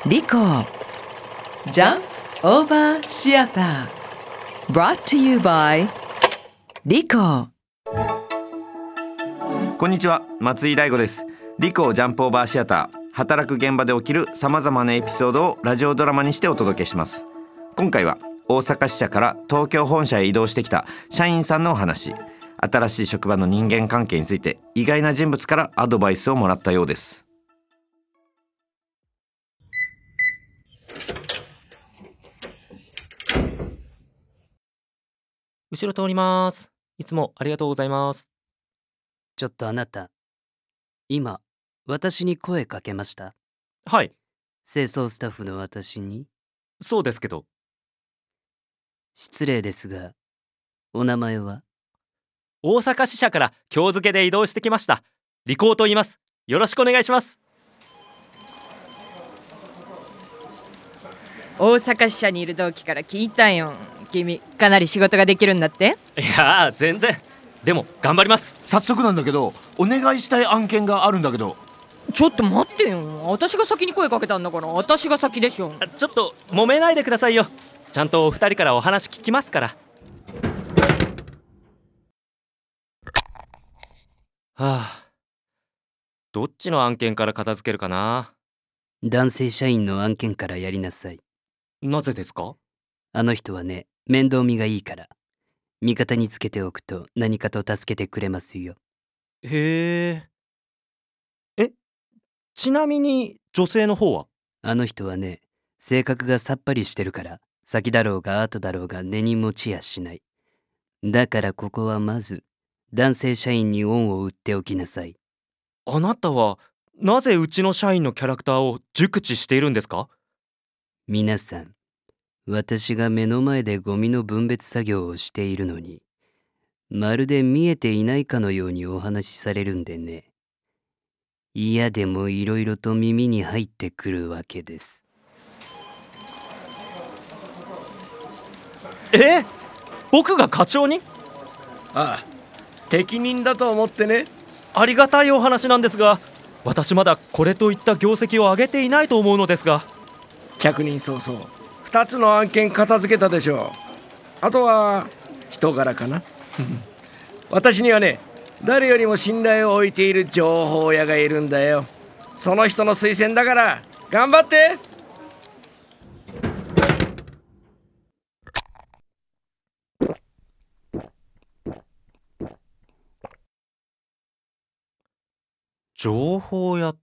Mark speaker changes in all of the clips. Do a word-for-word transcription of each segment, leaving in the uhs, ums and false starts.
Speaker 1: リコジャンプオーバーシアター Brought to you by リコ。
Speaker 2: こんにちは、松井大吾です。リコジャンプオーバーシアター、働く現場で起きるさまざまなエピソードをラジオドラマにしてお届けします。今回は大阪支社から東京本社へ移動してきた社員さんのお話、新しい職場の人間関係について意外な人物からアドバイスをもらったようです。
Speaker 3: 後ろ通ります。いつもありがとうございます。
Speaker 4: ちょっとあなた、今私に声かけました？
Speaker 3: はい、
Speaker 4: 清掃スタッフの私に？
Speaker 3: そうですけど。
Speaker 4: 失礼ですが、お名前は？
Speaker 3: 大阪支社から今日付で移動してきましたリコーと言います。よろしくお願いします。
Speaker 5: 大阪支社にいる同期から聞いたんよ。君かなり仕事ができるんだって。
Speaker 3: いやー全然。でも頑張ります。
Speaker 6: 早速なんだけど、お願いしたい案件があるんだけど。
Speaker 5: ちょっと待ってよ、私が先に声かけたんだから私が先でしょ。
Speaker 3: ちょっと揉めないでくださいよ。ちゃんとお二人からお話聞きますから。はあ、どっちの案件から片付けるかな。
Speaker 4: 男性社員の案件からやりなさい。
Speaker 3: なぜですか？
Speaker 4: あの人はね、面倒見がいいから味方につけておくと何かと助けてくれますよ。
Speaker 3: へえ。え、ちなみに女性の方は？
Speaker 4: あの人はね、性格がさっぱりしてるから先だろうが後だろうが根に持ちやしない。だからここはまず男性社員に恩を売っておきなさい。
Speaker 3: あなたはなぜうちの社員のキャラクターを熟知しているんですか？
Speaker 4: 皆さん、私が目の前でゴミの分別作業をしているのに、まるで見えていないかのようにお話しされるんでね、嫌でもいろいろと耳に入ってくるわけです。
Speaker 3: え？僕が課長に？
Speaker 7: ああ、適任だと思ってね。
Speaker 3: ありがたいお話なんですが、私まだこれといった業績を上げていないと思うのですが。
Speaker 7: 着任早々ふたつの案件片付けたでしょう。あとは人柄かな。私にはね、誰よりも信頼を置いている情報屋がいるんだよ。その人の推薦だから頑張って。
Speaker 3: 情報屋って？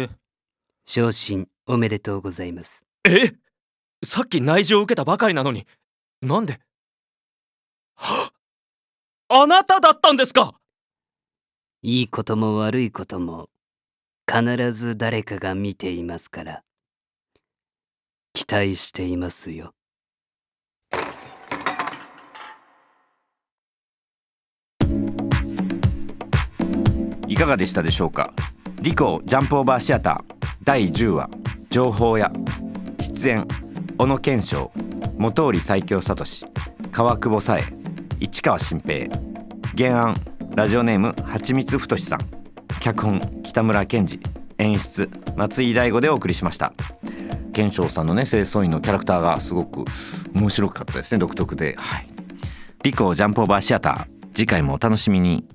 Speaker 4: 昇進おめでとうございます。
Speaker 3: え？さっき内示を受けたばかりなのに、なんで？はっ、あなただったんですか？
Speaker 4: いいことも悪いことも必ず誰かが見ていますから、期待していますよ。
Speaker 2: いかがでしたでしょうか。リコジャンプオーバーシアターだいじゅうわ、情報屋。出演小野賢章、本織最強聡、川久保紗恵、市川新平。原案ラジオネームはちみつふとしさん。脚本北村健二。演出松井大吾でお送りしました。賢章さんのね、清掃員のキャラクターがすごく面白かったですね。独特で、はい、リコジャンプオーバーシアター、次回もお楽しみに。